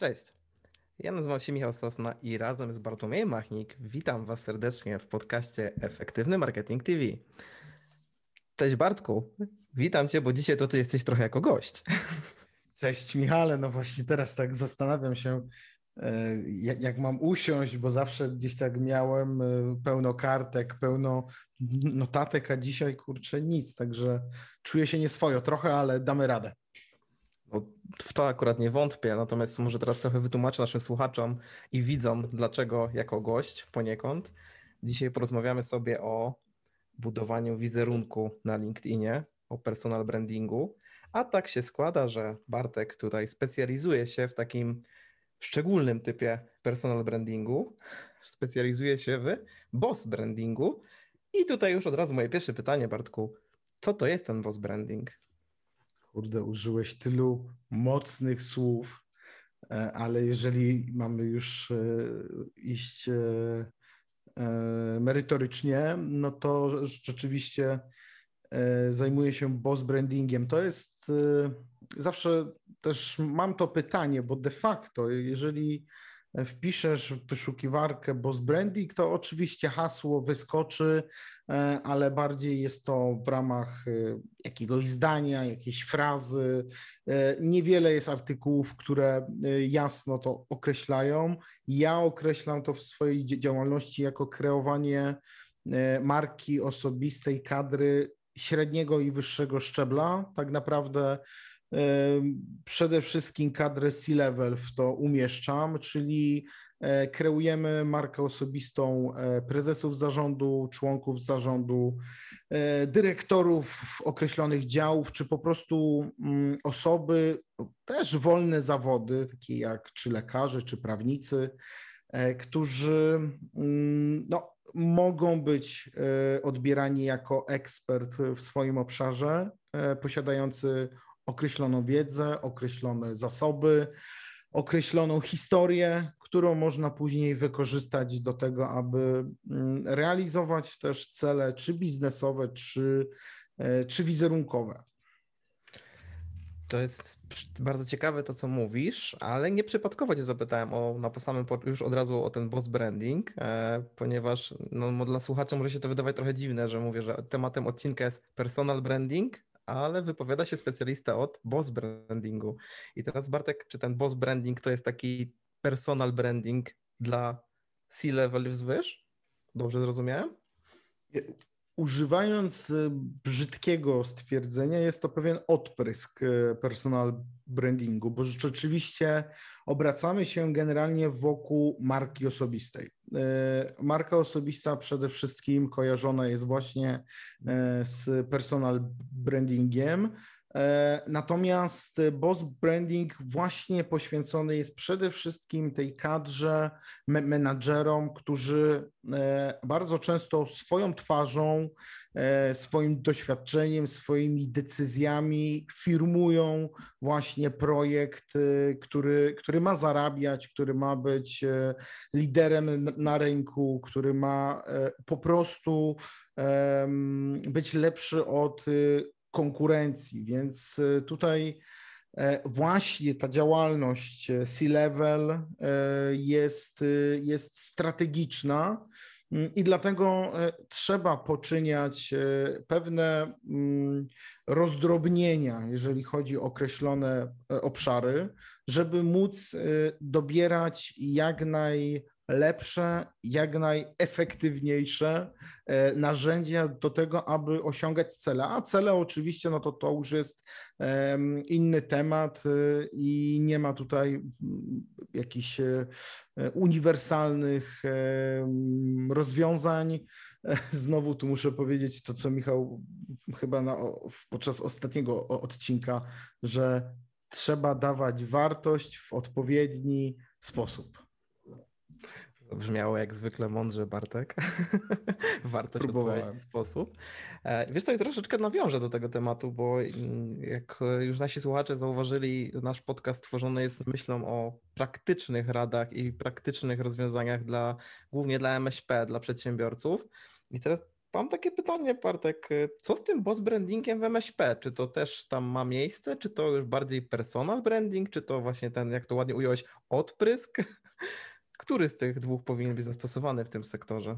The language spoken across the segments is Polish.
Cześć, ja nazywam się Michał Sosna i razem z Bartłomiejem Machnik witam Was serdecznie w podcaście Efektywny Marketing TV. Cześć Bartku, witam Cię, bo dzisiaj to Ty jesteś trochę jako gość. Cześć Michale, no właśnie teraz tak zastanawiam się, jak mam usiąść, bo zawsze gdzieś tak miałem pełno kartek, pełno notatek, a dzisiaj kurczę nic, także czuję się nieswojo trochę, ale damy radę. No, w to akurat nie wątpię, natomiast może teraz trochę wytłumaczę naszym słuchaczom i widzom, dlaczego jako gość poniekąd. Dzisiaj porozmawiamy sobie o budowaniu wizerunku na LinkedInie, o personal brandingu, a tak się składa, że Bartek tutaj specjalizuje się w takim szczególnym typie personal brandingu, specjalizuje się w boss brandingu. I tutaj już od razu moje pierwsze pytanie, Bartku, co to jest ten boss branding? Kurde, użyłeś tylu mocnych słów, ale jeżeli mamy już iść merytorycznie, no to rzeczywiście zajmuję się boss brandingiem. To jest zawsze też mam to pytanie, bo de facto, jeżeli wpiszesz w wyszukiwarkę boss branding, to oczywiście hasło wyskoczy, ale bardziej jest to w ramach jakiegoś zdania, jakiejś frazy. Niewiele jest artykułów, które jasno to określają. Ja określam to w swojej działalności jako kreowanie marki osobistej, kadry średniego i wyższego szczebla. Tak naprawdę przede wszystkim kadrę C-level w to umieszczam, czyli kreujemy markę osobistą prezesów zarządu, członków zarządu, dyrektorów określonych działów, czy po prostu osoby, też wolne zawody, takie jak czy lekarze, czy prawnicy, którzy no, mogą być odbierani jako ekspert w swoim obszarze, posiadający określoną wiedzę, określone zasoby, określoną historię, którą można później wykorzystać do tego, aby realizować też cele czy biznesowe, czy wizerunkowe. To jest bardzo ciekawe to, co mówisz, ale nieprzypadkowo cię zapytałem na samym już od razu o ten boss branding, ponieważ no, dla słuchaczy może się to wydawać trochę dziwne, że mówię, że tematem odcinka jest personal branding, ale wypowiada się specjalista od boss brandingu. I teraz Bartek, czy ten boss branding to jest taki personal branding dla C-level wzwyż? Dobrze zrozumiałem? Używając brzydkiego stwierdzenia, jest to pewien odprysk personal brandingu, bo rzeczywiście obracamy się generalnie wokół marki osobistej. Marka osobista przede wszystkim kojarzona jest właśnie z personal brandingiem. Natomiast boss branding właśnie poświęcony jest przede wszystkim tej kadrze menadżerom, którzy bardzo często swoją twarzą, swoim doświadczeniem, swoimi decyzjami firmują właśnie projekt, który ma zarabiać, który ma być liderem na rynku, który ma po prostu być lepszy od konkurencji, więc tutaj właśnie ta działalność C-level jest strategiczna i dlatego trzeba poczyniać pewne rozdrobnienia, jeżeli chodzi o określone obszary, żeby móc dobierać jak najlepsze, jak najefektywniejsze narzędzia do tego, aby osiągać cele. A cele oczywiście, no to już jest inny temat i nie ma tutaj jakichś uniwersalnych rozwiązań. Znowu tu muszę powiedzieć to, co Michał chyba podczas ostatniego odcinka, że trzeba dawać wartość w odpowiedni sposób. Brzmiało jak zwykle mądrze, Bartek. Wartość w odpowiedni Próbowałem. sposób. Wiesz co, i troszeczkę nawiążę do tego tematu, bo jak już nasi słuchacze zauważyli, nasz podcast tworzony jest z myślą o praktycznych radach i praktycznych rozwiązaniach głównie dla MŚP, dla przedsiębiorców. I teraz mam takie pytanie, Bartek, co z tym boss brandingiem w MŚP? Czy to też tam ma miejsce, czy to już bardziej personal branding, czy to właśnie ten, jak to ładnie ująłeś, odprysk? Który z tych dwóch powinien być zastosowany w tym sektorze?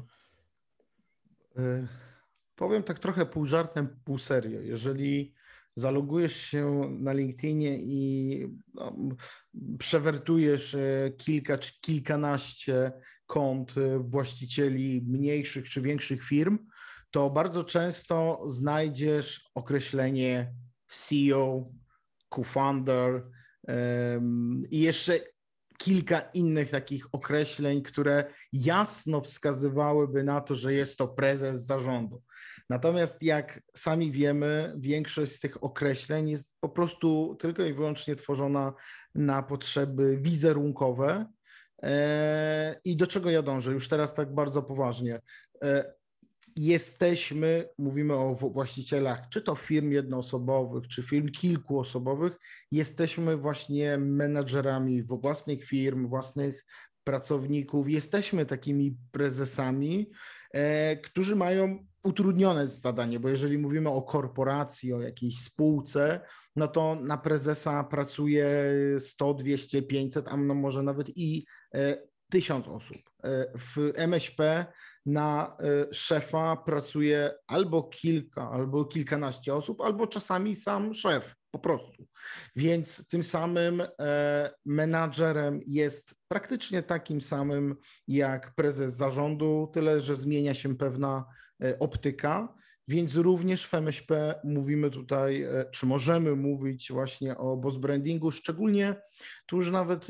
Powiem tak trochę pół żartem, pół serio. Jeżeli zalogujesz się na LinkedInie i przewertujesz kilka czy kilkanaście kont właścicieli mniejszych czy większych firm, to bardzo często znajdziesz określenie CEO, co-founder i jeszcze kilka innych takich określeń, które jasno wskazywałyby na to, że jest to prezes zarządu. Natomiast jak sami wiemy, większość z tych określeń jest po prostu tylko i wyłącznie tworzona na potrzeby wizerunkowe. I do czego ja dążę? Już teraz tak bardzo poważnie. Mówimy o właścicielach, czy to firm jednoosobowych, czy firm kilkuosobowych, jesteśmy właśnie menadżerami własnych firm, własnych pracowników, jesteśmy takimi prezesami, którzy mają utrudnione zadanie, bo jeżeli mówimy o korporacji, o jakiejś spółce, no to na prezesa pracuje 100, 200, 500, a no może nawet i 1000 osób. W MŚP na szefa pracuje albo kilka, albo kilkanaście osób, albo czasami sam szef po prostu. Więc tym samym menadżerem jest praktycznie takim samym jak prezes zarządu, tyle że zmienia się pewna optyka. Więc również w MŚP mówimy tutaj, czy możemy mówić właśnie o boss brandingu, szczególnie tu już nawet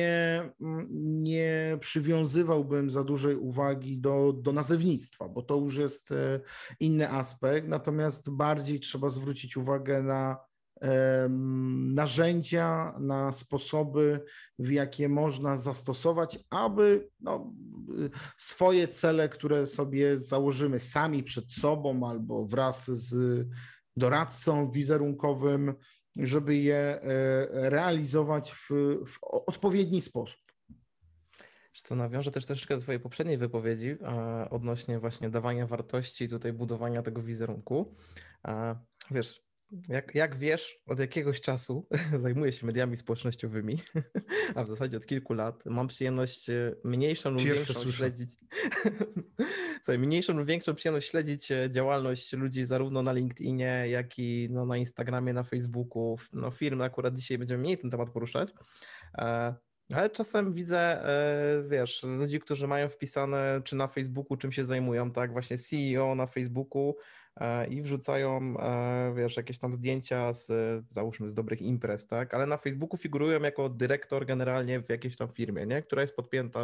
nie przywiązywałbym za dużej uwagi do nazewnictwa, bo to już jest inny aspekt, natomiast bardziej trzeba zwrócić uwagę na narzędzia, na sposoby, w jakie można zastosować, aby swoje cele, które sobie założymy sami przed sobą albo wraz z doradcą wizerunkowym, żeby je realizować w odpowiedni sposób. Co nawiążę też troszeczkę do twojej poprzedniej wypowiedzi odnośnie właśnie dawania wartości i tutaj budowania tego wizerunku. Wiesz, jak wiesz, od jakiegoś czasu zajmuję się mediami społecznościowymi, a w zasadzie od kilku lat. Mam przyjemność mniejszą lub większą śledzić. Słuchaj, mniejszą lub większą przyjemność śledzić działalność ludzi zarówno na LinkedInie, jak i na Instagramie, na Facebooku, firm. Akurat dzisiaj będziemy mniej ten temat poruszać. Ale czasem widzę, wiesz, ludzi, którzy mają wpisane czy na Facebooku, czym się zajmują, tak, właśnie CEO na Facebooku i wrzucają, wiesz, jakieś tam zdjęcia załóżmy, z dobrych imprez, tak, ale na Facebooku figurują jako dyrektor generalnie w jakiejś tam firmie, nie, która jest podpięta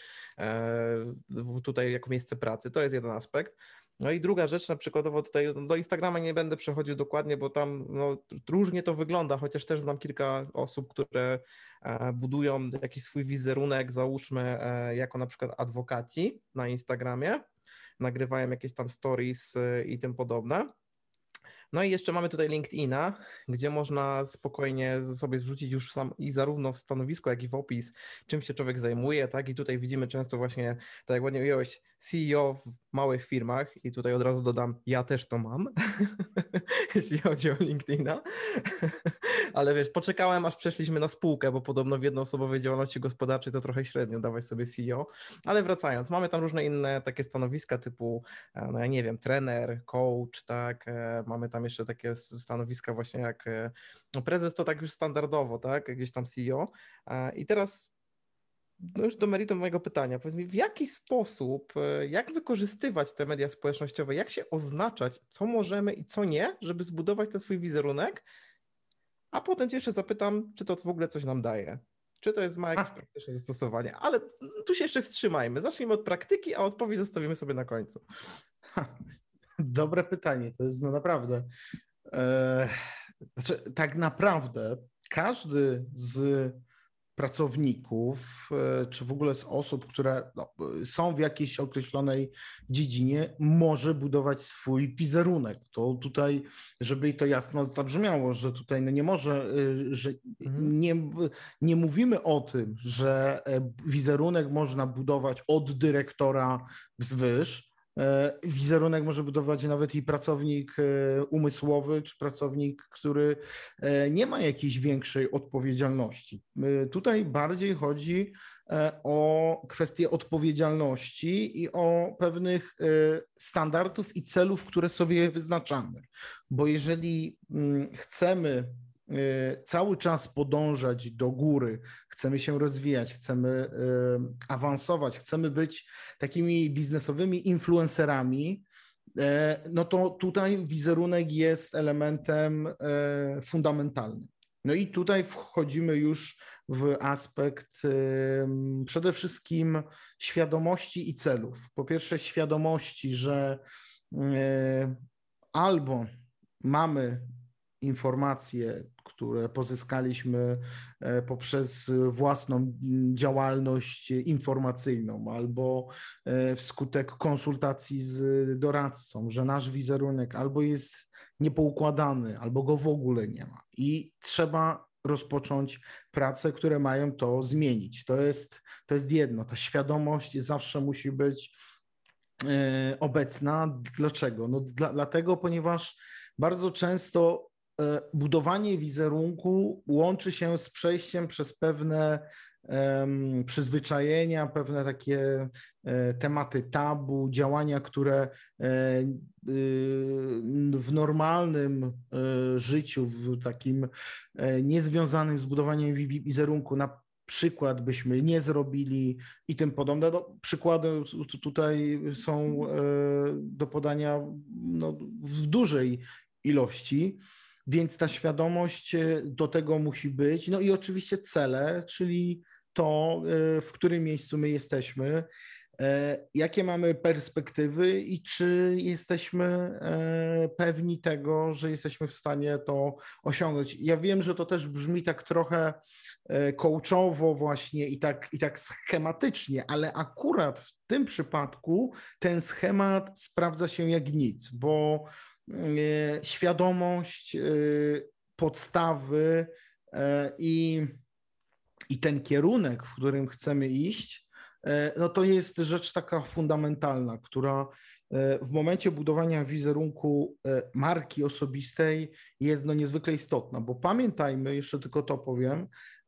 tutaj jako miejsce pracy. To jest jeden aspekt. No i druga rzecz, na przykładowo tutaj do Instagrama nie będę przechodził dokładnie, bo tam różnie to wygląda, chociaż też znam kilka osób, które budują jakiś swój wizerunek, załóżmy jako na przykład adwokaci na Instagramie, nagrywają jakieś tam stories i tym podobne. No i jeszcze mamy tutaj LinkedIna, gdzie można spokojnie sobie wrzucić już sam i zarówno w stanowisko, jak i w opis, czym się człowiek zajmuje, tak? I tutaj widzimy często właśnie, tak jak ładnie ująłeś, CEO w małych firmach i tutaj od razu dodam, ja też to mam, jeśli chodzi o LinkedIna, ale wiesz, poczekałem, aż przeszliśmy na spółkę, bo podobno w jednoosobowej działalności gospodarczej to trochę średnio dawać sobie CEO, ale wracając, mamy tam różne inne takie stanowiska typu, no ja nie wiem, trener, coach, tak, mamy tam jeszcze takie stanowiska właśnie jak prezes, to tak już standardowo, tak, gdzieś tam CEO. I teraz już do meritum mojego pytania. Powiedz mi, w jaki sposób, jak wykorzystywać te media społecznościowe, jak się oznaczać, co możemy i co nie, żeby zbudować ten swój wizerunek, a potem cię jeszcze zapytam, czy to w ogóle coś nam daje. Czy to ma jakieś praktyczne zastosowanie, ale tu się jeszcze wstrzymajmy. Zacznijmy od praktyki, a odpowiedź zostawimy sobie na końcu. Dobre pytanie, to jest naprawdę. Znaczy, tak naprawdę każdy z pracowników, czy w ogóle z osób, które są w jakiejś określonej dziedzinie, może budować swój wizerunek. To tutaj, żeby to jasno zabrzmiało, że tutaj nie może, że nie mówimy o tym, że wizerunek można budować od dyrektora wzwyż, Wizerunek może budować nawet i pracownik umysłowy, czy pracownik, który nie ma jakiejś większej odpowiedzialności. Tutaj bardziej chodzi o kwestię odpowiedzialności i o pewnych standardów i celów, które sobie wyznaczamy. Bo jeżeli chcemy cały czas podążać do góry, chcemy się rozwijać, chcemy awansować, chcemy być takimi biznesowymi influencerami, no to tutaj wizerunek jest elementem fundamentalnym. No i tutaj wchodzimy już w aspekt przede wszystkim świadomości i celów. Po pierwsze świadomości, że albo mamy informacje, które pozyskaliśmy poprzez własną działalność informacyjną albo wskutek konsultacji z doradcą, że nasz wizerunek albo jest niepoukładany, albo go w ogóle nie ma. I trzeba rozpocząć prace, które mają to zmienić. To jest jedno. Ta świadomość zawsze musi być obecna. Dlaczego? No dlatego, ponieważ bardzo często budowanie wizerunku łączy się z przejściem przez pewne przyzwyczajenia, pewne takie tematy tabu, działania, które w normalnym życiu, w takim niezwiązanym z budowaniem wizerunku na przykład byśmy nie zrobili i tym podobne. No, przykłady tutaj są do podania no, w dużej ilości, więc ta świadomość do tego musi być. No i oczywiście cele, czyli to, w którym miejscu my jesteśmy, jakie mamy perspektywy i czy jesteśmy pewni tego, że jesteśmy w stanie to osiągnąć. Ja wiem, że to też brzmi tak trochę coachowo właśnie i tak schematycznie, ale akurat w tym przypadku ten schemat sprawdza się jak nic, bo świadomość, podstawy i ten kierunek, w którym chcemy iść, no to jest rzecz taka fundamentalna, która w momencie budowania wizerunku marki osobistej jest no niezwykle istotna, bo pamiętajmy, jeszcze tylko to powiem,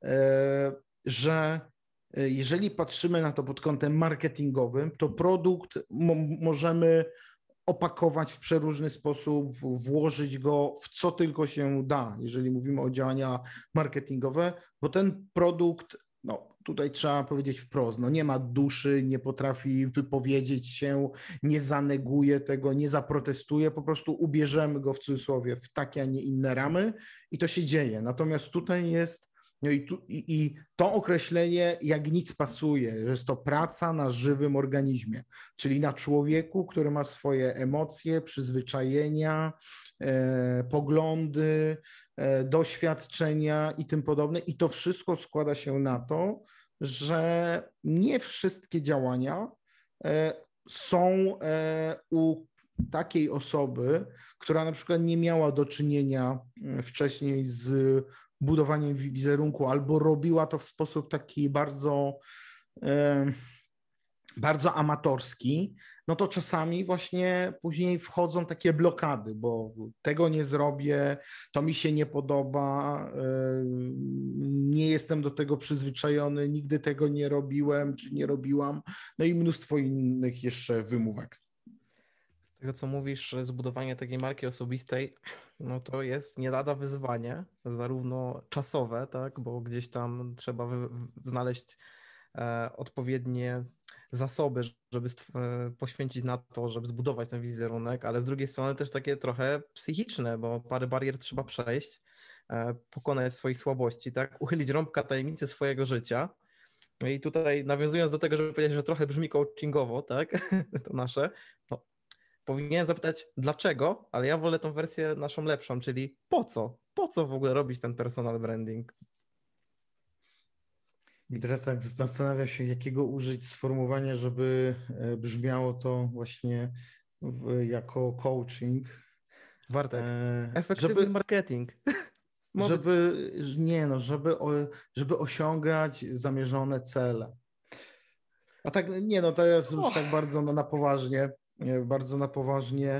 że jeżeli patrzymy na to pod kątem marketingowym, to produkt możemy opakować w przeróżny sposób, włożyć go w co tylko się da, jeżeli mówimy o działania marketingowe, bo ten produkt, no tutaj trzeba powiedzieć wprost, no nie ma duszy, nie potrafi wypowiedzieć się, nie zaneguje tego, nie zaprotestuje, po prostu ubierzemy go w cudzysłowie w takie, a nie inne ramy i to się dzieje. Natomiast tutaj jest no i to określenie jak nic pasuje, że jest to praca na żywym organizmie, czyli na człowieku, który ma swoje emocje, przyzwyczajenia, poglądy, doświadczenia i tym podobne. I to wszystko składa się na to, że nie wszystkie działania są u takiej osoby, która na przykład nie miała do czynienia wcześniej z budowaniem wizerunku albo robiła to w sposób taki bardzo, bardzo amatorski, no to czasami właśnie później wchodzą takie blokady, bo tego nie zrobię, to mi się nie podoba, nie jestem do tego przyzwyczajony, nigdy tego nie robiłem czy nie robiłam, no i mnóstwo innych jeszcze wymówek. Z tego, co mówisz, zbudowanie takiej marki osobistej, no to jest nie lada wyzwanie, zarówno czasowe, tak, bo gdzieś tam trzeba znaleźć odpowiednie zasoby, żeby poświęcić na to, żeby zbudować ten wizerunek, ale z drugiej strony też takie trochę psychiczne, bo parę barier trzeba przejść, pokonać swoich słabości, tak, uchylić rąbka tajemnicy swojego życia. No i tutaj nawiązując do tego, żeby powiedzieć, że trochę brzmi coachingowo, tak, to nasze, no, powinienem zapytać dlaczego, ale ja wolę tą wersję naszą lepszą, czyli po co? Po co w ogóle robić ten personal branding? I teraz tak zastanawiam się, jakiego użyć sformułowania, żeby brzmiało to właśnie jako coaching. Bartek, efektywny marketing. Żeby osiągać zamierzone cele. A tak, nie no, teraz już tak bardzo no, na poważnie. bardzo na poważnie.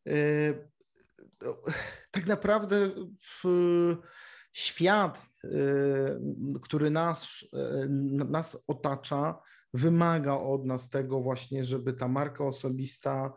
Tak naprawdę świat, który nas otacza, wymaga od nas tego właśnie, żeby ta marka osobista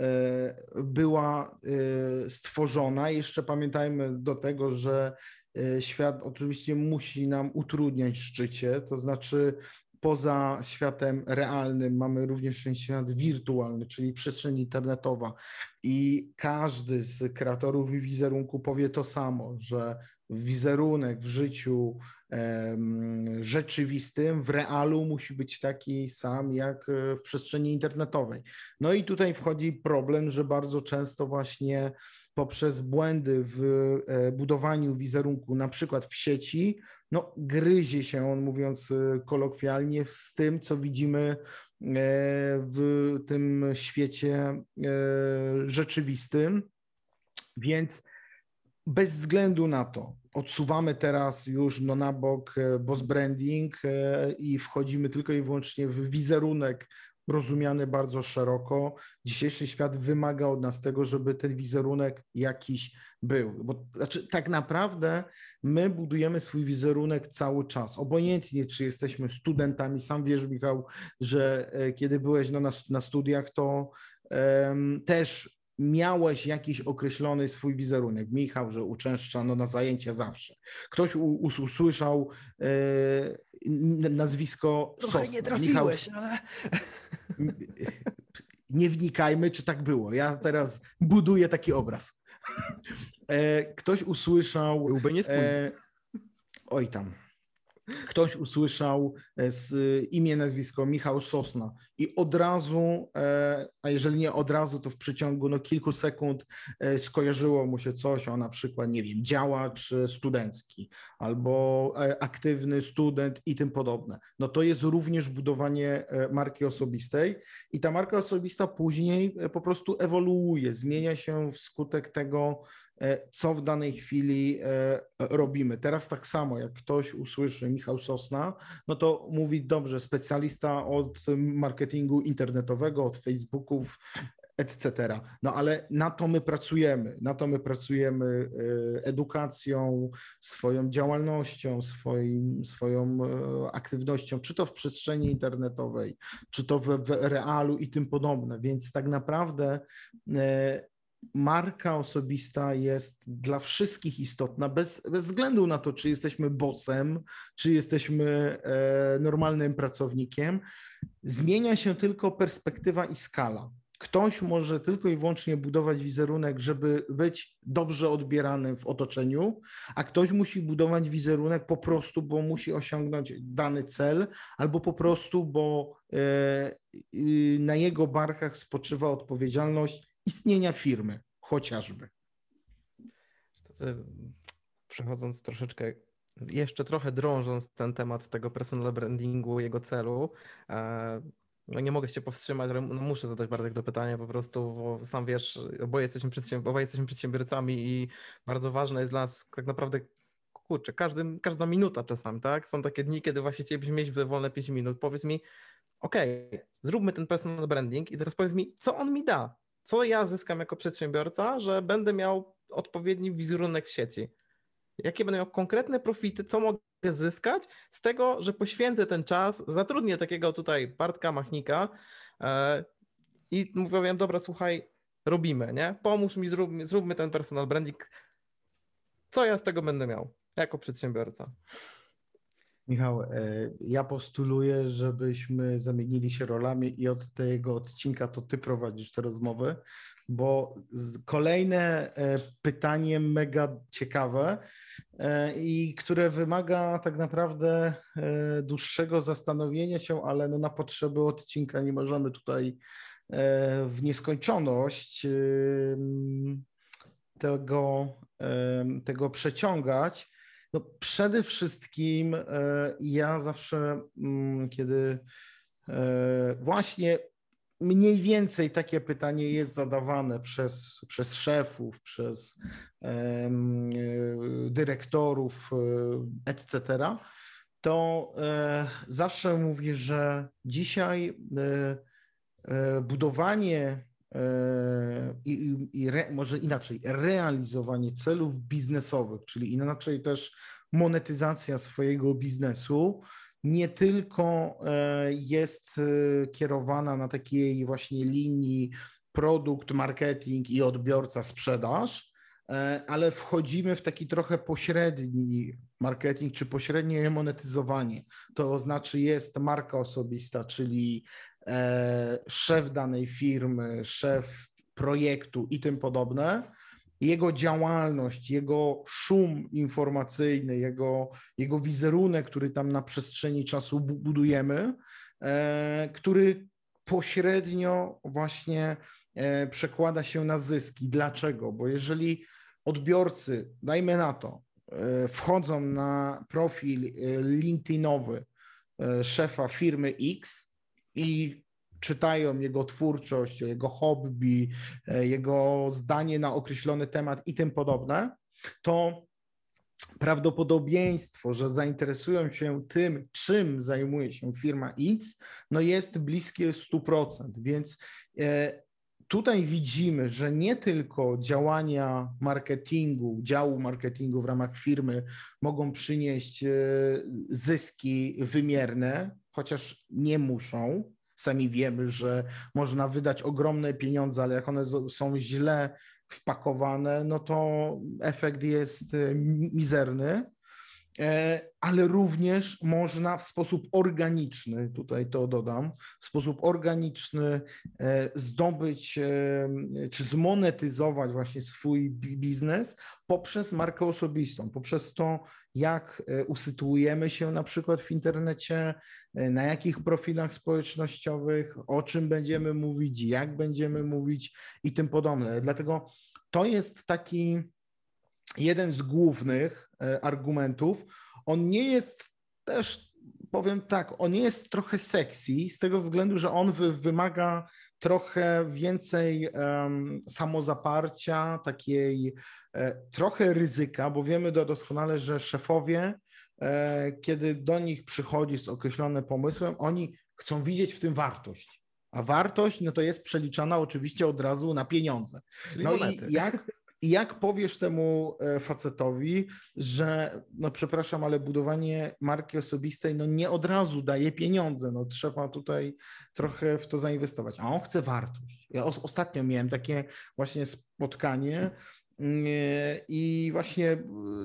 była stworzona. Jeszcze pamiętajmy do tego, że świat oczywiście musi nam utrudniać życie, to znaczy poza światem realnym mamy również ten świat wirtualny, czyli przestrzeń internetowa i każdy z kreatorów wizerunku powie to samo, że wizerunek w życiu rzeczywistym, w realu musi być taki sam jak w przestrzeni internetowej. No i tutaj wchodzi problem, że bardzo często właśnie poprzez błędy w budowaniu wizerunku, na przykład w sieci, no gryzie się on, mówiąc kolokwialnie, z tym, co widzimy w tym świecie rzeczywistym. Więc bez względu na to odsuwamy teraz już na bok boss branding i wchodzimy tylko i wyłącznie w wizerunek rozumiany bardzo szeroko. Dzisiejszy świat wymaga od nas tego, żeby ten wizerunek jakiś był. Bo znaczy, tak naprawdę my budujemy swój wizerunek cały czas. Obojętnie, czy jesteśmy studentami. Sam wiesz, Michał, że kiedy byłeś na studiach, to też miałeś jakiś określony swój wizerunek. Michał, że uczęszczano na zajęcia zawsze. Ktoś usłyszał nazwisko Sosna. Trochę nie trafiłeś, Michał... ale... Nie wnikajmy, czy tak było. Ja teraz buduję taki obraz. Ktoś usłyszał... Byłby niespójny. Oj tam. Ktoś usłyszał imię, nazwisko Michał Sosna i od razu, a jeżeli nie od razu, to w przeciągu kilku sekund skojarzyło mu się coś o na przykład, nie wiem, działacz studencki albo aktywny student i tym podobne. No to jest również budowanie marki osobistej i ta marka osobista później po prostu ewoluuje, zmienia się wskutek tego, co w danej chwili robimy. Teraz tak samo, jak ktoś usłyszy Michał Sosna, no to mówi dobrze, specjalista od marketingu internetowego, od Facebooków, etc. No ale na to my pracujemy edukacją, swoją działalnością, swoją aktywnością, czy to w przestrzeni internetowej, czy to w realu i tym podobne, więc tak naprawdę marka osobista jest dla wszystkich istotna, bez względu na to, czy jesteśmy bossem, czy jesteśmy normalnym pracownikiem. Zmienia się tylko perspektywa i skala. Ktoś może tylko i wyłącznie budować wizerunek, żeby być dobrze odbieranym w otoczeniu, a ktoś musi budować wizerunek po prostu, bo musi osiągnąć dany cel, albo po prostu, bo na jego barkach spoczywa odpowiedzialność istnienia firmy, chociażby. Przechodząc troszeczkę, jeszcze trochę drążąc ten temat tego personal brandingu, jego celu, no nie mogę się powstrzymać, ale muszę zadać, Bartek, to pytanie po prostu, bo sam wiesz, oboje jesteśmy przedsiębiorcami i bardzo ważne jest dla nas tak naprawdę, kurczę, każda minuta czasami, tak? Są takie dni, kiedy właśnie chcielibyśmy mieć wolne 5 minut. Powiedz mi, okej, zróbmy ten personal branding i teraz powiedz mi, co on mi da? Co ja zyskam jako przedsiębiorca, że będę miał odpowiedni wizerunek w sieci? Jakie będę miał konkretne profity, co mogę zyskać z tego, że poświęcę ten czas, zatrudnię takiego tutaj Bartka Machnika i mówię, dobra, słuchaj, robimy, nie? Pomóż mi, zróbmy ten personal branding. Co ja z tego będę miał jako przedsiębiorca? Michał, ja postuluję, żebyśmy zamienili się rolami i od tego odcinka to ty prowadzisz te rozmowy, bo kolejne pytanie mega ciekawe i które wymaga tak naprawdę dłuższego zastanowienia się, ale no na potrzeby odcinka nie możemy tutaj w nieskończoność tego przeciągać. No przede wszystkim ja zawsze, kiedy właśnie mniej więcej takie pytanie jest zadawane przez szefów, przez dyrektorów, etc., to zawsze mówię, że dzisiaj budowanie może inaczej, realizowanie celów biznesowych, czyli inaczej też monetyzacja swojego biznesu, nie tylko jest kierowana na takiej właśnie linii produkt, marketing i odbiorca, sprzedaż, ale wchodzimy w taki trochę pośredni marketing czy pośrednie monetyzowanie. To znaczy jest marka osobista, czyli szef danej firmy, szef projektu i tym podobne. Jego działalność, jego szum informacyjny, jego wizerunek, który tam na przestrzeni czasu budujemy, który pośrednio właśnie przekłada się na zyski. Dlaczego? Bo jeżeli odbiorcy, dajmy na to, wchodzą na profil LinkedInowy szefa firmy X i czytają jego twórczość, jego hobby, jego zdanie na określony temat i tym podobne, to prawdopodobieństwo, że zainteresują się tym, czym zajmuje się firma X, no jest bliskie 100%. Więc tutaj widzimy, że nie tylko działania marketingu, działu marketingu w ramach firmy mogą przynieść zyski wymierne, chociaż nie muszą. Sami wiemy, że można wydać ogromne pieniądze, ale jak one są źle wpakowane, no to efekt jest mizerny, ale również można w sposób organiczny, tutaj to dodam, w sposób organiczny zdobyć czy zmonetyzować właśnie swój biznes poprzez markę osobistą, poprzez to, jak usytuujemy się na przykład w internecie, na jakich profilach społecznościowych, o czym będziemy mówić, jak będziemy mówić i tym podobne. Dlatego to jest taki jeden z głównych argumentów. On nie jest też, powiem tak, on nie jest trochę sexy z tego względu, że on wymaga trochę więcej samozaparcia, takiej trochę ryzyka, bo wiemy doskonale, że szefowie, kiedy do nich przychodzi z określonym pomysłem, oni chcą widzieć w tym wartość. A wartość, no to jest przeliczana oczywiście od razu na pieniądze. No i jak powiesz temu facetowi, że no przepraszam, ale budowanie marki osobistej no nie od razu daje pieniądze, no trzeba tutaj trochę w to zainwestować, a on chce wartość. Ja ostatnio miałem takie właśnie spotkanie i właśnie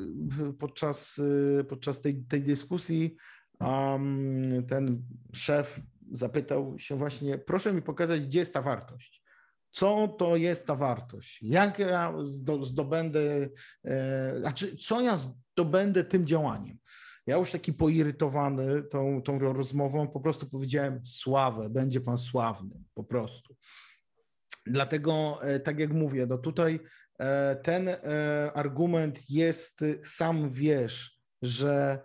podczas tej dyskusji ten szef zapytał się właśnie, proszę mi pokazać, gdzie jest ta wartość. Co to jest ta wartość? Jak ja zdobędę, co ja zdobędę tym działaniem? Ja już taki poirytowany tą rozmową po prostu powiedziałem sławę, będzie pan sławny, po prostu. Dlatego, tak jak mówię, no tutaj ten argument jest, sam wiesz, że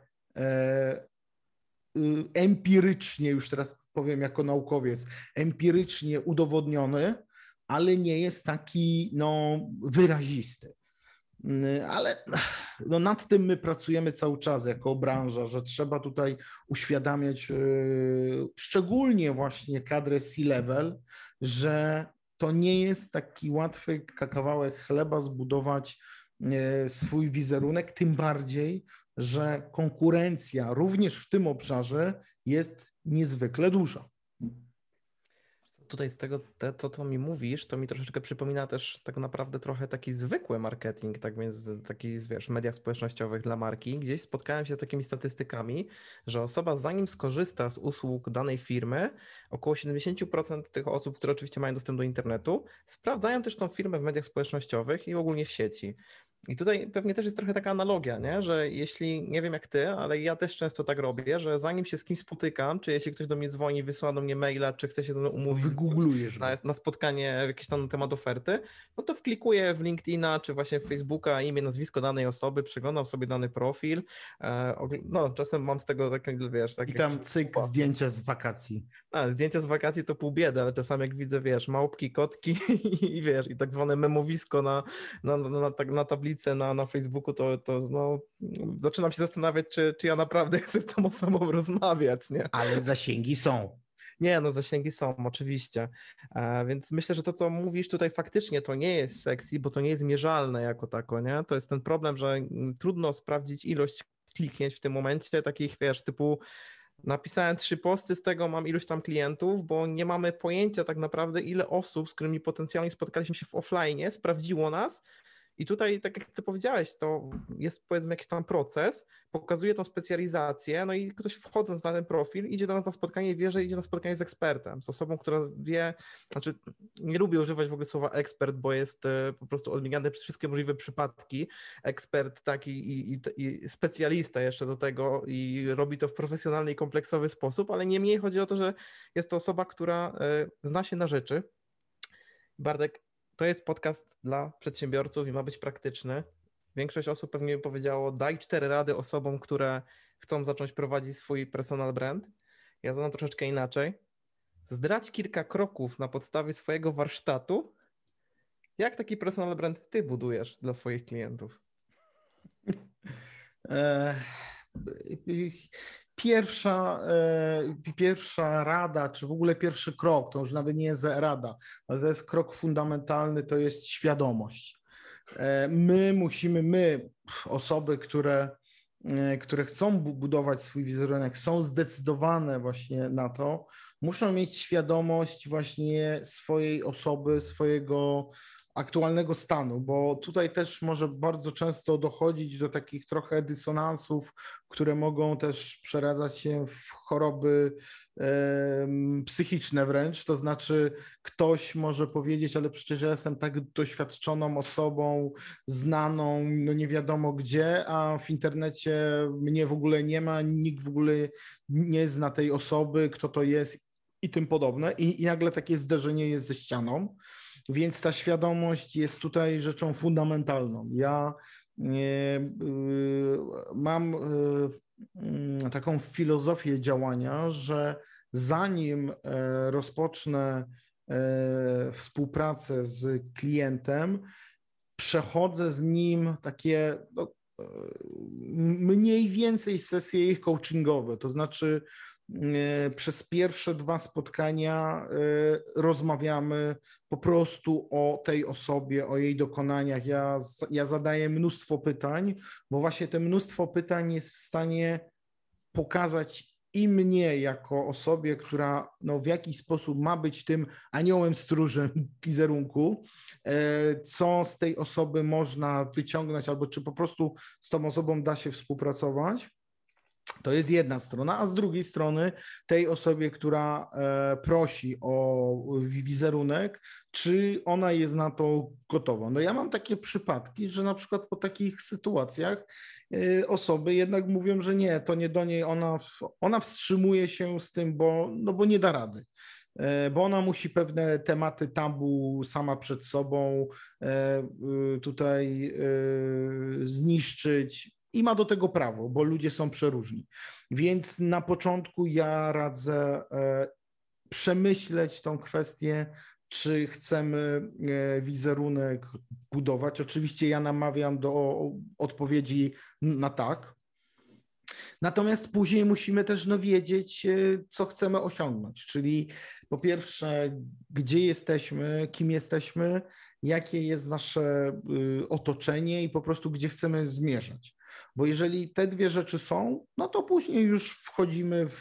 empirycznie, już teraz powiem jako naukowiec, empirycznie udowodniony, ale nie jest taki no, wyrazisty. Ale no, nad tym my pracujemy cały czas jako branża, że trzeba tutaj uświadamiać szczególnie właśnie kadrę C-level, że to nie jest taki łatwy kawałek chleba zbudować swój wizerunek, tym bardziej, że konkurencja również w tym obszarze jest niezwykle duża. Tutaj z tego, to co mi mówisz, to mi troszeczkę przypomina też tak naprawdę trochę taki zwykły marketing, tak więc taki, wiesz, w mediach społecznościowych dla marki. Gdzieś spotkałem się z takimi statystykami, że osoba zanim skorzysta z usług danej firmy, około 70% tych osób, które oczywiście mają dostęp do internetu, sprawdzają też tą firmę w mediach społecznościowych i ogólnie w sieci. I tutaj pewnie też jest trochę taka analogia, nie? Że jeśli, nie wiem jak ty, ale ja też często tak robię, że zanim się z kimś spotykam, czy jeśli ktoś do mnie dzwoni, wysyła do mnie maila, czy chce się ze mną umówić na spotkanie jakieś tam na temat oferty, no to wklikuję w LinkedIna, czy właśnie w Facebooka imię, nazwisko danej osoby, przeglądam sobie dany profil, no czasem mam z tego takie, wiesz... I tam cyk, zdjęcia z wakacji. Zdjęcia z wakacji to pół biedy, ale czasami jak widzę, wiesz, małpki, kotki i wiesz, i tak zwane memowisko na tablicę na Facebooku, to no, zaczynam się zastanawiać, czy ja naprawdę chcę z tą osobą rozmawiać, nie? Ale zasięgi są. Nie, no zasięgi są, oczywiście. Więc myślę, że to, co mówisz tutaj faktycznie, to nie jest sexy, bo to nie jest mierzalne jako tako, nie? To jest ten problem, że trudno sprawdzić ilość kliknięć w tym momencie, takich, wiesz, typu napisałem 3 posty, z tego mam iluś tam klientów, bo nie mamy pojęcia tak naprawdę, ile osób, z którymi potencjalnie spotkaliśmy się w offline, sprawdziło nas. I tutaj, tak jak ty powiedziałeś, to jest powiedzmy jakiś tam proces, pokazuje tą specjalizację, no i ktoś wchodząc na ten profil idzie do nas na spotkanie i wie, że idzie na spotkanie z ekspertem, z osobą, która wie, znaczy nie lubię używać w ogóle słowa ekspert, bo jest po prostu odmieniany przez wszystkie możliwe przypadki. Ekspert taki i specjalista jeszcze do tego i robi to w profesjonalny i kompleksowy sposób, ale niemniej chodzi o to, że jest to osoba, która zna się na rzeczy. Bartek, to jest podcast dla przedsiębiorców i ma być praktyczny. Większość osób pewnie by powiedziało, daj 4 rady osobom, które chcą zacząć prowadzić swój personal brand. Ja zadam troszeczkę inaczej. Zdradź kilka kroków na podstawie swojego warsztatu, jak taki personal brand ty budujesz dla swoich klientów. E, Pierwsza rada, czy w ogóle pierwszy krok, to już nawet nie jest rada, ale to jest krok fundamentalny, to jest świadomość. Osoby, które chcą budować swój wizerunek, są zdecydowane właśnie na to, muszą mieć świadomość właśnie swojej osoby, swojego aktualnego stanu, bo tutaj też może bardzo często dochodzić do takich trochę dysonansów, które mogą też przeradzać się w choroby psychiczne wręcz, to znaczy ktoś może powiedzieć, ale przecież ja jestem tak doświadczoną osobą, znaną, no nie wiadomo gdzie, a w internecie mnie w ogóle nie ma, nikt w ogóle nie zna tej osoby, kto to jest i tym podobne i nagle takie zderzenie jest ze ścianą. Więc ta świadomość jest tutaj rzeczą fundamentalną. Ja mam taką filozofię działania, że zanim rozpocznę współpracę z klientem, przechodzę z nim takie mniej więcej sesje ich coachingowe, to znaczy przez pierwsze 2 spotkania rozmawiamy po prostu o tej osobie, o jej dokonaniach. Ja zadaję mnóstwo pytań, bo właśnie te mnóstwo pytań jest w stanie pokazać i mnie jako osobie, która no, w jakiś sposób ma być tym aniołem stróżem wizerunku, co z tej osoby można wyciągnąć, albo czy po prostu z tą osobą da się współpracować. To jest jedna strona, a z drugiej strony tej osobie, która prosi o wizerunek, czy ona jest na to gotowa. No ja mam takie przypadki, że na przykład po takich sytuacjach osoby jednak mówią, że nie, to nie do niej, ona wstrzymuje się z tym, bo nie da rady. Bo ona musi pewne tematy tabu sama przed sobą tutaj zniszczyć, i ma do tego prawo, bo ludzie są przeróżni. Więc na początku ja radzę przemyśleć tą kwestię, czy chcemy wizerunek budować. Oczywiście ja namawiam do odpowiedzi na tak. Natomiast później musimy też wiedzieć, co chcemy osiągnąć, czyli po pierwsze, gdzie jesteśmy, kim jesteśmy, jakie jest nasze otoczenie i po prostu gdzie chcemy zmierzać. Bo jeżeli te 2 rzeczy są, no to później już wchodzimy w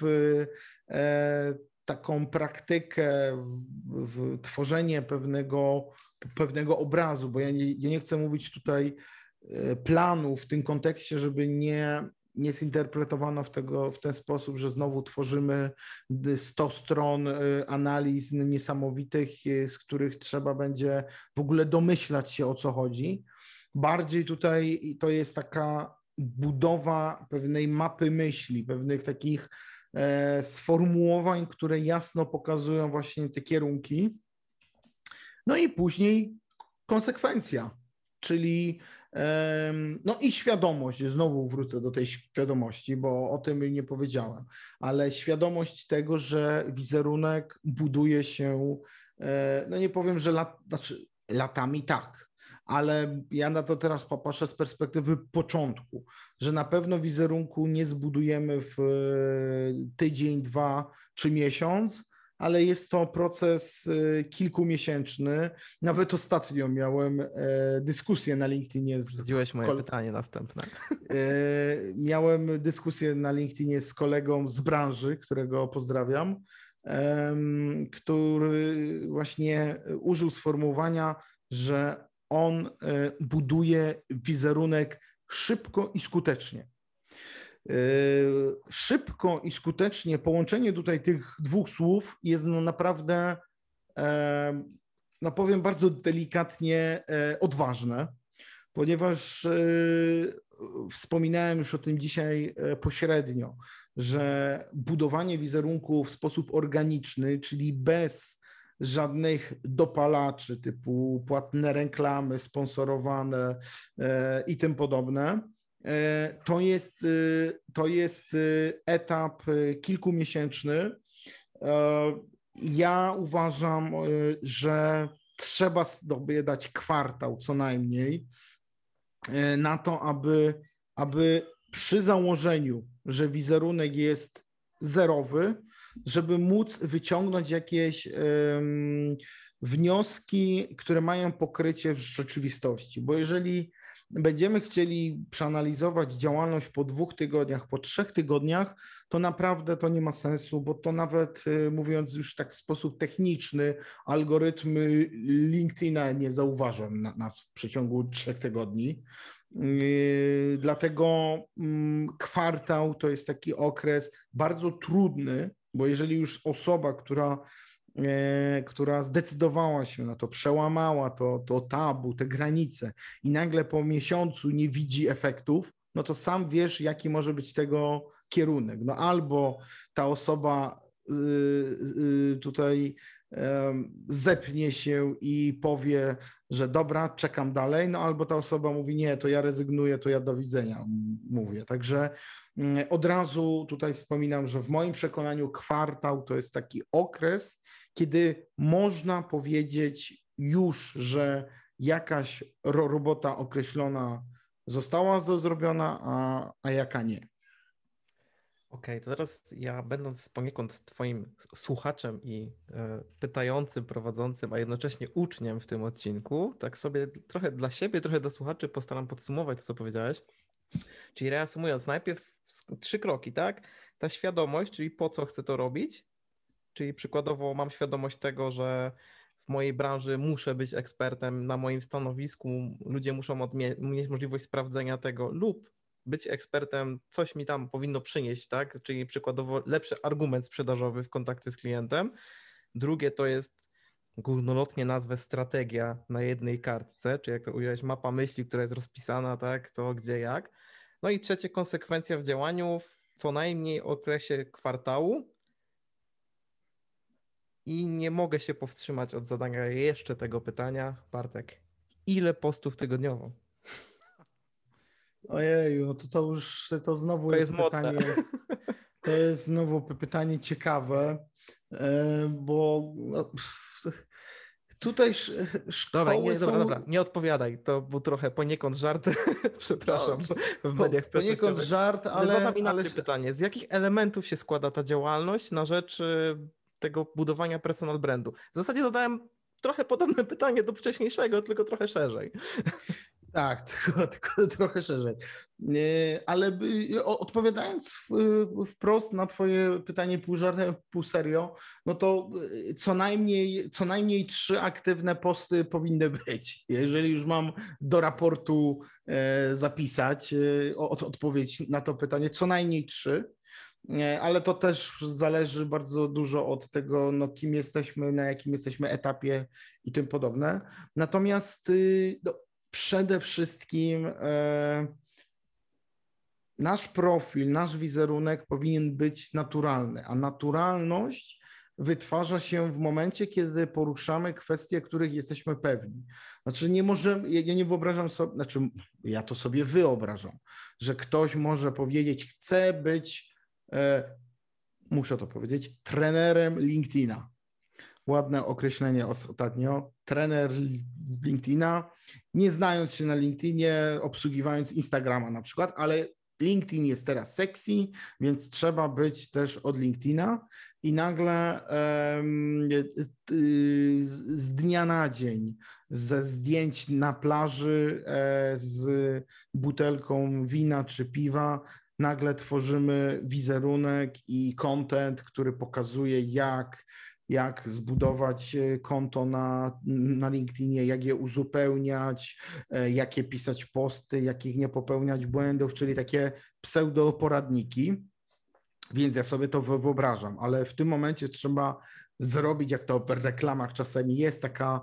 taką praktykę, w tworzenie pewnego obrazu, bo ja nie chcę mówić tutaj planu w tym kontekście, żeby nie zinterpretowano w ten sposób, że znowu tworzymy 100 stron analiz niesamowitych, z których trzeba będzie w ogóle domyślać się, o co chodzi. Bardziej tutaj to jest taka budowa pewnej mapy myśli, pewnych takich sformułowań, które jasno pokazują właśnie te kierunki. No i później konsekwencja, czyli no i świadomość, znowu wrócę do tej świadomości, bo o tym nie powiedziałem, ale świadomość tego, że wizerunek buduje się, no nie powiem, że latami tak, ale ja na to teraz popatrzę z perspektywy początku, że na pewno wizerunku nie zbudujemy w tydzień, 2 czy miesiąc, ale jest to proces kilkumiesięczny. Nawet ostatnio miałem dyskusję na LinkedInie Zdradziłeś moje pytanie następne. Miałem dyskusję na LinkedInie z kolegą z branży, którego pozdrawiam, który właśnie użył sformułowania, że on buduje wizerunek szybko i skutecznie. Szybko i skutecznie, połączenie tutaj tych dwóch słów jest naprawdę, no powiem bardzo delikatnie, odważne, ponieważ wspominałem już o tym dzisiaj pośrednio, że budowanie wizerunku w sposób organiczny, czyli bez żadnych dopalaczy typu płatne reklamy, sponsorowane i tym podobne, to jest etap kilkumiesięczny. Ja uważam, że trzeba sobie dać kwartał co najmniej na to, aby przy założeniu, że wizerunek jest zerowy, żeby móc wyciągnąć jakieś wnioski, które mają pokrycie w rzeczywistości. Bo jeżeli będziemy chcieli przeanalizować działalność po 2 tygodniach, po 3 tygodniach, to naprawdę to nie ma sensu, bo to nawet, mówiąc już tak w sposób techniczny, algorytmy LinkedIna nie zauważą nas w przeciągu 3 tygodni. Dlatego kwartał to jest taki okres bardzo trudny, bo jeżeli już osoba, która zdecydowała się na to, przełamała to tabu, te granice i nagle po miesiącu nie widzi efektów, no to sam wiesz, jaki może być tego kierunek. No albo ta osoba tutaj zepnie się i powie, że dobra, czekam dalej, no albo ta osoba mówi nie, to ja rezygnuję, to ja do widzenia mówię. Także od razu tutaj wspominam, że w moim przekonaniu kwartał to jest taki okres, kiedy można powiedzieć już, że jakaś robota określona została zrobiona, a jaka nie. Okej, to teraz ja, będąc poniekąd twoim słuchaczem i pytającym, prowadzącym, a jednocześnie uczniem w tym odcinku, tak sobie trochę dla siebie, trochę dla słuchaczy postaram podsumować to, co powiedziałeś. Czyli reasumując, najpierw 3 kroki, tak? Ta świadomość, czyli po co chcę to robić, czyli przykładowo mam świadomość tego, że w mojej branży muszę być ekspertem na moim stanowisku, ludzie muszą mieć możliwość sprawdzenia tego lub być ekspertem, coś mi tam powinno przynieść, tak? Czyli przykładowo lepszy argument sprzedażowy w kontakcie z klientem. Drugie to jest górnolotnie nazwę strategia na jednej kartce, czy jak to ująłeś, mapa myśli, która jest rozpisana, tak? Co, gdzie, jak. No i trzecie, konsekwencja w działaniu w co najmniej okresie kwartału. I nie mogę się powstrzymać od zadania jeszcze tego pytania. Bartek, ile postów tygodniowo? Ojeju, no to znowu jest pytanie. To jest znowu pytanie ciekawe, bo no, tutaj szkoły dobra, nie odpowiadaj, to był trochę poniekąd żart, przepraszam, w mediach społecznościowych. Poniekąd żart, ale... Zadam inaczej pytanie, z jakich elementów się składa ta działalność na rzecz tego budowania personal brandu? W zasadzie zadałem trochę podobne pytanie do wcześniejszego, tylko trochę szerzej. Tak, tylko trochę szerzej. Ale odpowiadając wprost na twoje pytanie pół żartem, pół serio, no to co najmniej 3 aktywne posty powinny być. Jeżeli już mam do raportu zapisać odpowiedź na to pytanie, co najmniej 3. Ale to też zależy bardzo dużo od tego, no, kim jesteśmy, na jakim jesteśmy etapie i tym podobne. Natomiast no, przede wszystkim nasz profil, nasz wizerunek powinien być naturalny, a naturalność wytwarza się w momencie, kiedy poruszamy kwestie, których jesteśmy pewni. Znaczy nie możemy, ja nie wyobrażam sobie, znaczy ja to sobie wyobrażam, że ktoś może powiedzieć, chcę być, muszę to powiedzieć, trenerem LinkedIna. Ładne określenie ostatnio. Trener LinkedIna, nie znając się na LinkedInie, obsługiwając Instagrama na przykład, ale LinkedIn jest teraz sexy, więc trzeba być też od LinkedIna i nagle z dnia na dzień, ze zdjęć na plaży z butelką wina czy piwa, nagle tworzymy wizerunek i content, który pokazuje, jak zbudować konto na LinkedInie, jak je uzupełniać, jakie pisać posty, jakich nie popełniać błędów, czyli takie pseudoporadniki. Więc ja sobie to wyobrażam, ale w tym momencie trzeba zrobić, jak to w reklamach czasami jest,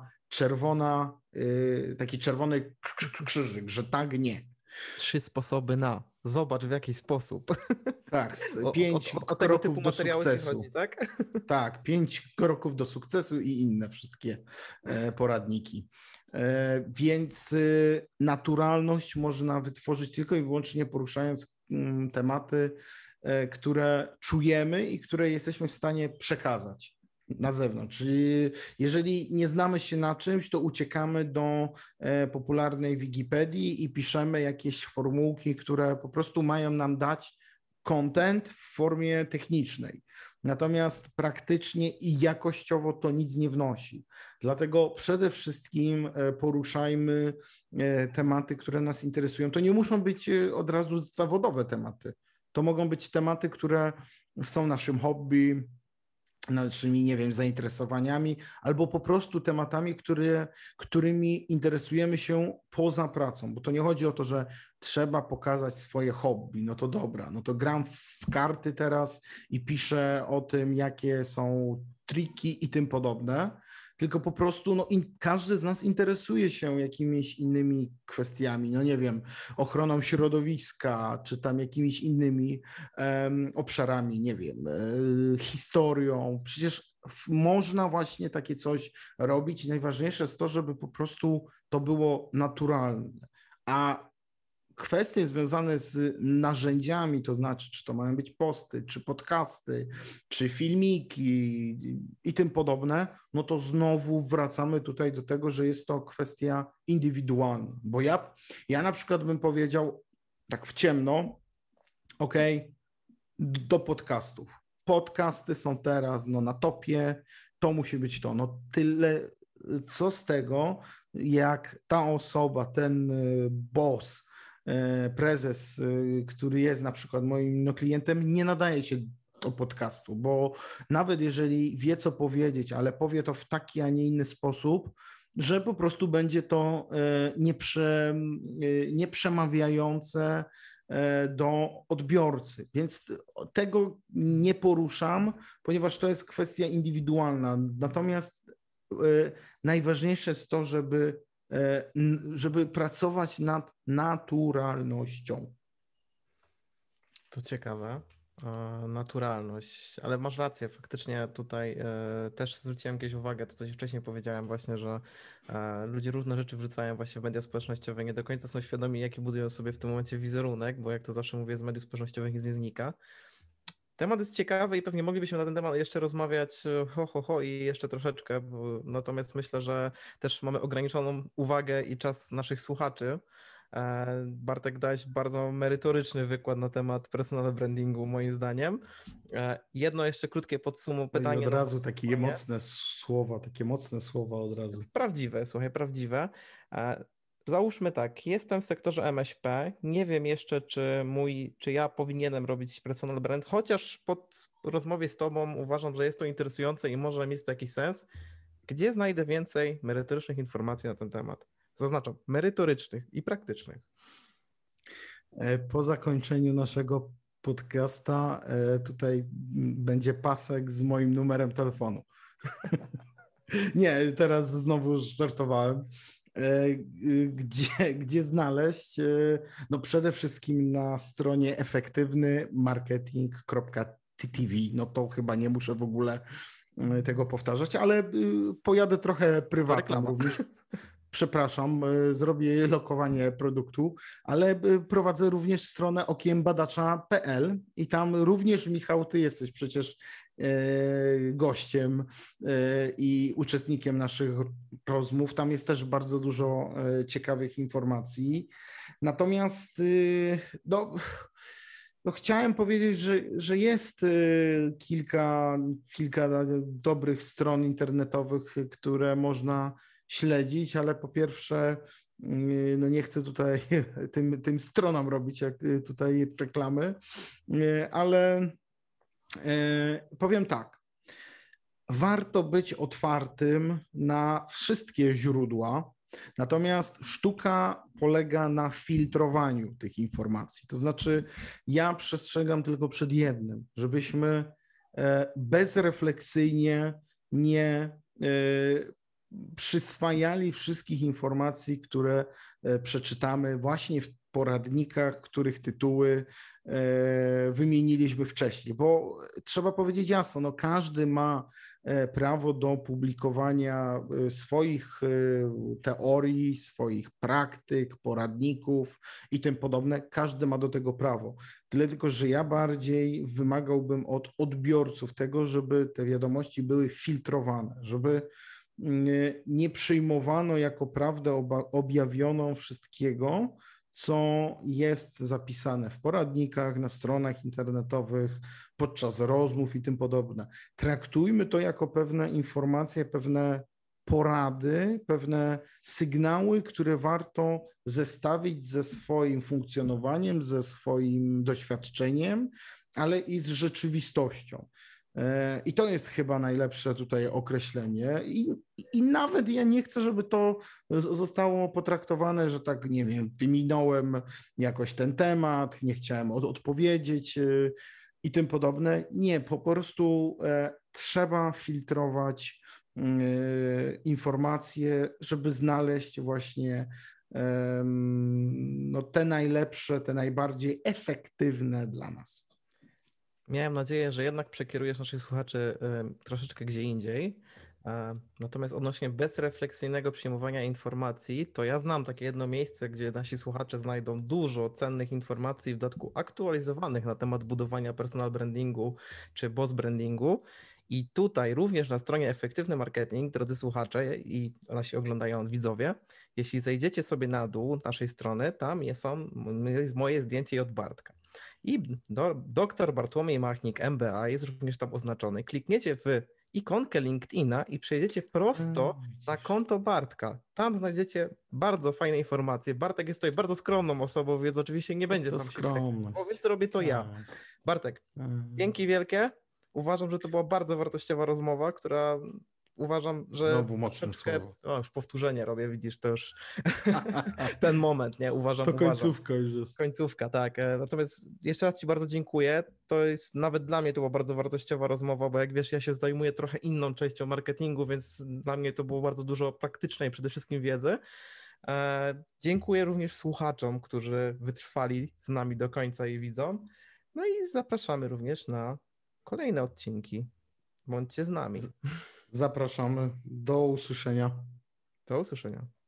taki czerwony krzyżyk, że tak, nie. 3 sposoby na. Zobacz w jaki sposób. Tak, O 5 tego typu kroków do materiały ci sukcesu. chodzi, tak? Tak, 5 kroków do sukcesu i inne wszystkie poradniki. Więc naturalność można wytworzyć tylko i wyłącznie poruszając tematy, które czujemy i które jesteśmy w stanie przekazać na zewnątrz. Czyli jeżeli nie znamy się na czymś, to uciekamy do popularnej Wikipedii i piszemy jakieś formułki, które po prostu mają nam dać content w formie technicznej. Natomiast praktycznie i jakościowo to nic nie wnosi. Dlatego przede wszystkim poruszajmy tematy, które nas interesują. To nie muszą być od razu zawodowe tematy. To mogą być tematy, które są naszym hobby, naszymi, nie wiem, zainteresowaniami, albo po prostu tematami, którymi interesujemy się poza pracą, bo to nie chodzi o to, że trzeba pokazać swoje hobby, no to dobra, no to gram w karty teraz i piszę o tym, jakie są triki i tym podobne, tylko po prostu każdy z nas interesuje się jakimiś innymi kwestiami, no nie wiem, ochroną środowiska, czy tam jakimiś innymi obszarami, nie wiem, historią. Przecież można właśnie takie coś robić. Najważniejsze jest to, żeby po prostu to było naturalne. A kwestie związane z narzędziami, to znaczy, czy to mają być posty, czy podcasty, czy filmiki i tym podobne, no to znowu wracamy tutaj do tego, że jest to kwestia indywidualna. Bo ja na przykład bym powiedział tak w ciemno, do podcastów. Podcasty są teraz na topie, to musi być to. No tyle, co z tego, jak ta osoba, ten boss, prezes, który jest na przykład moim klientem, nie nadaje się do podcastu, bo nawet jeżeli wie, co powiedzieć, ale powie to w taki, a nie inny sposób, że po prostu będzie to nieprzemawiające do odbiorcy. Więc tego nie poruszam, ponieważ to jest kwestia indywidualna. Natomiast najważniejsze jest to, żeby pracować nad naturalnością. To ciekawe. Naturalność, ale masz rację, faktycznie tutaj też zwróciłem kiedyś uwagę, to coś wcześniej powiedziałem właśnie, że ludzie różne rzeczy wrzucają właśnie w media społecznościowe, nie do końca są świadomi, jaki budują sobie w tym momencie wizerunek, bo jak to zawsze mówię, z mediów społecznościowych nic nie znika. Temat jest ciekawy i pewnie moglibyśmy na ten temat jeszcze rozmawiać i jeszcze troszeczkę, natomiast myślę, że też mamy ograniczoną uwagę i czas naszych słuchaczy. Bartek, dałeś bardzo merytoryczny wykład na temat personal brandingu, moim zdaniem. Jedno jeszcze krótkie pytanie. I od razu takie mocne słowa od razu. Prawdziwe, słuchaj, prawdziwe. Załóżmy tak, jestem w sektorze MŚP, nie wiem jeszcze, czy ja powinienem robić personal brand, chociaż po rozmowie z tobą uważam, że jest to interesujące i może mieć to jakiś sens. Gdzie znajdę więcej merytorycznych informacji na ten temat? Zaznaczam, merytorycznych i praktycznych. Po zakończeniu naszego podcasta tutaj będzie pasek z moim numerem telefonu. Nie, teraz znowu żartowałem. Gdzie znaleźć? No przede wszystkim na stronie efektywnymarketing.tv. No to chyba nie muszę w ogóle tego powtarzać, ale pojadę trochę prywatnie również. Przepraszam, zrobię lokowanie produktu, ale prowadzę również stronę okiembadacza.pl i tam również, Michał, ty jesteś przecież gościem i uczestnikiem naszych rozmów. Tam jest też bardzo dużo ciekawych informacji. Natomiast No chciałem powiedzieć, że jest kilka dobrych stron internetowych, które można śledzić, ale po pierwsze, no nie chcę tutaj tym stronom robić jak tutaj reklamy, ale powiem tak. Warto być otwartym na wszystkie źródła, natomiast sztuka polega na filtrowaniu tych informacji. To znaczy, ja przestrzegam tylko przed jednym, żebyśmy bezrefleksyjnie nie przyswajali wszystkich informacji, które przeczytamy właśnie w poradnikach, których tytuły wymieniliśmy wcześniej, bo trzeba powiedzieć jasno, no każdy ma prawo do publikowania swoich teorii, swoich praktyk, poradników i tym podobne. Każdy ma do tego prawo. Tyle tylko, że ja bardziej wymagałbym od odbiorców tego, żeby te wiadomości były filtrowane, żeby nie przyjmowano jako prawdę objawioną wszystkiego, co jest zapisane w poradnikach, na stronach internetowych, podczas rozmów i tym podobne. Traktujmy to jako pewne informacje, pewne porady, pewne sygnały, które warto zestawić ze swoim funkcjonowaniem, ze swoim doświadczeniem, ale i z rzeczywistością. I to jest chyba najlepsze tutaj określenie. I nawet ja nie chcę, żeby to zostało potraktowane, że tak, nie wiem, wyminąłem jakoś ten temat, nie chciałem odpowiedzieć i tym podobne. Nie, po prostu trzeba filtrować informacje, żeby znaleźć właśnie no, te najlepsze, te najbardziej efektywne dla nas. Miałem nadzieję, że jednak przekierujesz naszych słuchaczy troszeczkę gdzie indziej. Natomiast odnośnie bezrefleksyjnego przyjmowania informacji, to ja znam takie jedno miejsce, gdzie nasi słuchacze znajdą dużo cennych informacji, w dodatku aktualizowanych na temat budowania personal brandingu czy boss brandingu. I tutaj również na stronie Efektywny Marketing, drodzy słuchacze i nasi oglądają widzowie, jeśli zejdziecie sobie na dół naszej strony, tam jest moje zdjęcie i od Bartka. I dr Bartłomiej Machnik, MBA jest również tam oznaczony. Klikniecie w ikonkę LinkedIna i przejdziecie prosto na konto Bartka. Tam znajdziecie bardzo fajne informacje. Bartek jest tutaj bardzo skromną osobą, więc oczywiście nie będzie sam się więc zrobię to ja. Bartek, dzięki wielkie. Uważam, że to była bardzo wartościowa rozmowa, która uważam, że znowu mocne słowo. Już powtórzenie robię, widzisz, to już ten moment, nie? Uważam. Końcówka już jest. Końcówka, tak. Natomiast jeszcze raz Ci bardzo dziękuję. To jest nawet dla mnie to była bardzo wartościowa rozmowa, bo jak wiesz, ja się zajmuję trochę inną częścią marketingu, więc dla mnie to było bardzo dużo praktycznej przede wszystkim wiedzy. Dziękuję również słuchaczom, którzy wytrwali z nami do końca i widzą. No i zapraszamy również na kolejne odcinki. Bądźcie z nami. Zapraszamy. Do usłyszenia. Do usłyszenia.